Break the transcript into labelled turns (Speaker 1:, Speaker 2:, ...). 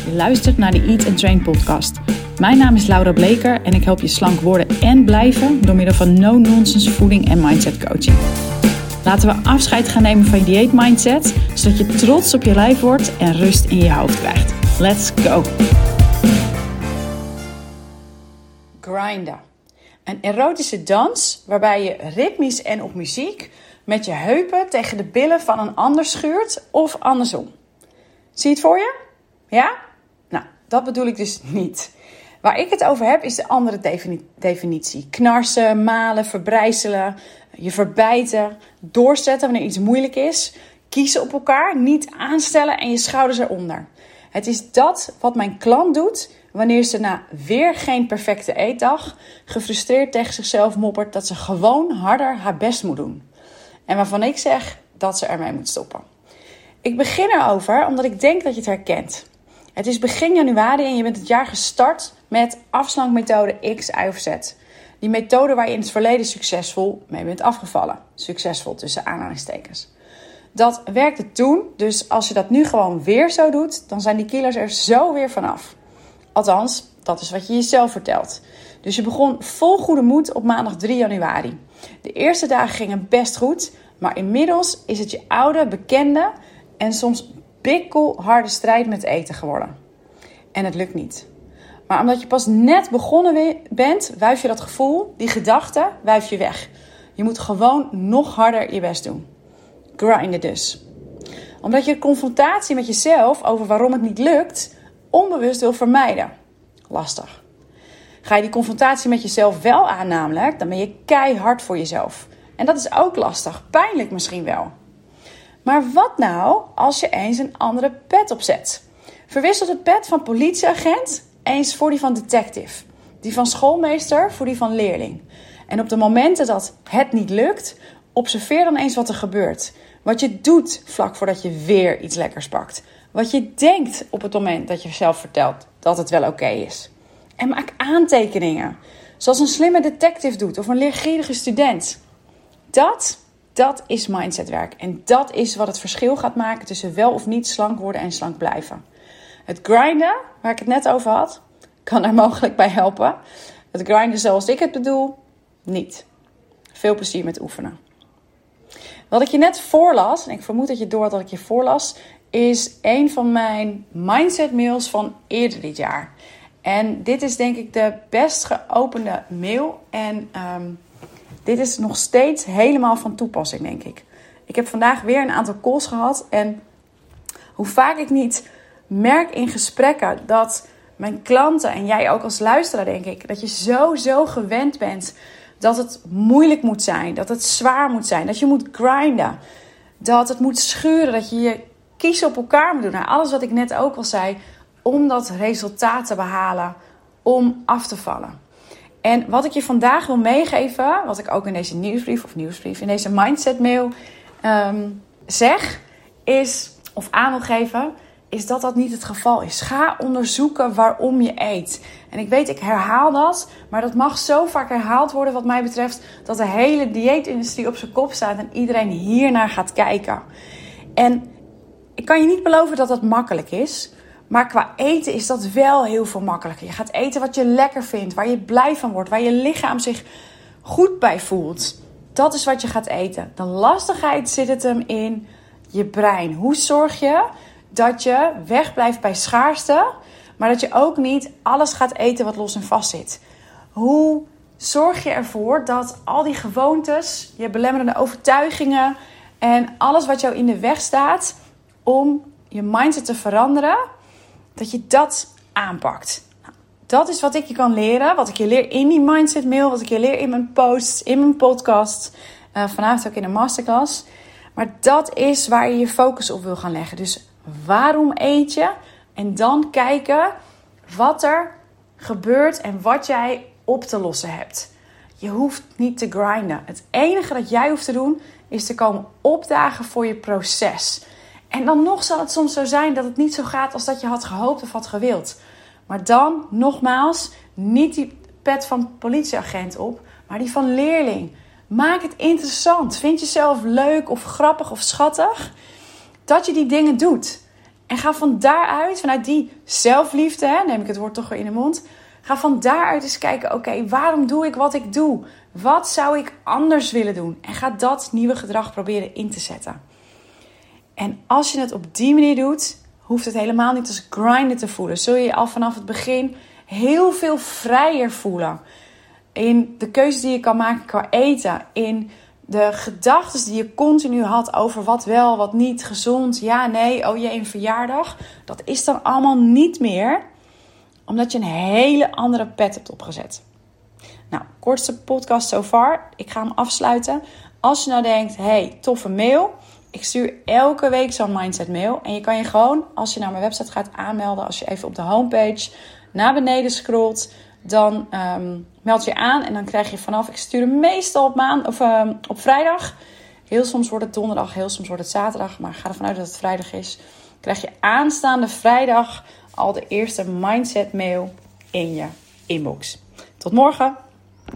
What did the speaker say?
Speaker 1: Je luistert naar de Eat and Train podcast. Mijn naam is Laura Bleker en ik help je slank worden en blijven door middel van no-nonsense voeding en mindset coaching. Laten we afscheid gaan nemen van je dieetmindset, zodat je trots op je lijf wordt en rust in je hoofd krijgt. Let's go! Grinden. Een erotische dans waarbij je ritmisch en op muziek met je heupen tegen de billen van een ander schuurt of andersom. Zie je het voor je? Ja? Nou, dat bedoel ik dus niet. Waar ik het over heb is de andere definitie. Knarsen, malen, verbrijzelen, je verbijten, doorzetten wanneer iets moeilijk is, kiezen op elkaar, niet aanstellen en je schouders eronder. Het is dat wat mijn klant doet wanneer ze na weer geen perfecte eetdag gefrustreerd tegen zichzelf moppert dat ze gewoon harder haar best moet doen. En waarvan ik zeg dat ze ermee moet stoppen. Ik begin erover omdat ik denk dat je het herkent. Het is begin januari en je bent het jaar gestart met afslankmethode X, Y of Z. Die methode waar je in het verleden succesvol mee bent afgevallen. Succesvol tussen aanhalingstekens. Dat werkte toen, dus als je dat nu gewoon weer zo doet, dan zijn die kilo's er zo weer vanaf. Althans, dat is wat je jezelf vertelt. Dus je begon vol goede moed op maandag 3 januari. De eerste dagen gingen best goed, maar inmiddels is het je oude, bekende en soms bikkelharde strijd met eten geworden. En het lukt niet. Maar omdat je pas net begonnen bent, wuif je dat gevoel, die gedachte, wuif je weg. Je moet gewoon nog harder je best doen. Grinden dus. Omdat je de confrontatie met jezelf over waarom het niet lukt, onbewust wil vermijden. Lastig. Ga je die confrontatie met jezelf wel aan namelijk, dan ben je keihard voor jezelf. En dat is ook lastig, pijnlijk misschien wel. Maar wat nou als je eens een andere pet opzet? Verwisselt het pet van politieagent eens voor die van detective. Die van schoolmeester voor die van leerling. En op de momenten dat het niet lukt, observeer dan eens wat er gebeurt. Wat je doet vlak voordat je weer iets lekkers pakt. Wat je denkt op het moment dat je jezelf vertelt dat het wel oké is. En maak aantekeningen. Zoals een slimme detective doet of een leergierige student. Dat is mindsetwerk. En dat is wat het verschil gaat maken tussen wel of niet slank worden en slank blijven. Het grinden, waar ik het net over had, kan daar mogelijk bij helpen. Het grinden zoals ik het bedoel, niet. Veel plezier met oefenen. Wat ik je net voorlas, en ik vermoed dat je door had dat ik je voorlas, is een van mijn mindset mails van eerder dit jaar. En dit is denk ik de best geopende mail. En dit is nog steeds helemaal van toepassing, denk ik. Ik heb vandaag weer een aantal calls gehad. En hoe vaak ik niet merk in gesprekken dat mijn klanten en jij ook als luisteraar, denk ik, dat je zo gewend bent dat het moeilijk moet zijn, dat het zwaar moet zijn, dat je moet grinden, dat het moet schuren, dat je je kiezen op elkaar moet doen. Nou, alles wat ik net ook al zei, om dat resultaat te behalen, om af te vallen. En wat ik je vandaag wil meegeven, wat ik ook in deze nieuwsbrief, in deze mindset mail zeg, is, of aan wil geven, is dat dat niet het geval is. Ga onderzoeken waarom je eet. En ik weet, ik herhaal dat, maar dat mag zo vaak herhaald worden wat mij betreft, dat de hele dieetindustrie op zijn kop staat en iedereen hiernaar gaat kijken. En ik kan je niet beloven dat dat makkelijk is, maar qua eten is dat wel heel veel makkelijker. Je gaat eten wat je lekker vindt, waar je blij van wordt, waar je lichaam zich goed bij voelt. Dat is wat je gaat eten. De lastigheid zit het hem in je brein. Hoe zorg je dat je wegblijft bij schaarste, maar dat je ook niet alles gaat eten wat los en vast zit? Hoe zorg je ervoor dat al die gewoontes, je belemmerende overtuigingen en alles wat jou in de weg staat om je mindset te veranderen, dat je dat aanpakt? Nou, dat is wat ik je kan leren, wat ik je leer in die mindset mail, wat ik je leer in mijn posts, in mijn podcast, vanavond ook in een masterclass. Maar dat is waar je je focus op wil gaan leggen. Dus waarom eet je? En dan kijken wat er gebeurt en wat jij op te lossen hebt. Je hoeft niet te grinden. Het enige dat jij hoeft te doen is te komen opdagen voor je proces. En dan nog zal het soms zo zijn dat het niet zo gaat als dat je had gehoopt of had gewild. Maar dan, nogmaals, niet die pet van politieagent op, maar die van leerling. Maak het interessant. Vind je jezelf leuk of grappig of schattig dat je die dingen doet. En ga van daaruit, vanuit die zelfliefde, neem ik het woord toch weer in de mond. Ga van daaruit eens kijken, oké, waarom doe ik wat ik doe? Wat zou ik anders willen doen? En ga dat nieuwe gedrag proberen in te zetten. En als je het op die manier doet, hoeft het helemaal niet als grinden te voelen. Zul je je al vanaf het begin heel veel vrijer voelen. In de keuzes die je kan maken qua eten. In de gedachten die je continu had over wat wel, wat niet, gezond, ja, nee, oh jee, een verjaardag. Dat is dan allemaal niet meer, omdat je een hele andere pet hebt opgezet. Nou, kortste podcast so far. Ik ga hem afsluiten. Als je nou denkt, hey, toffe mail. Ik stuur elke week zo'n mindset mail. En je kan je gewoon, als je naar mijn website gaat, aanmelden. Als je even op de homepage naar beneden scrolt, dan meld je aan. En dan krijg je vanaf, ik stuur hem meestal op vrijdag. Heel soms wordt het donderdag, heel soms wordt het zaterdag. Maar ga ervan uit dat het vrijdag is. Krijg je aanstaande vrijdag al de eerste mindset mail in je inbox. Tot morgen!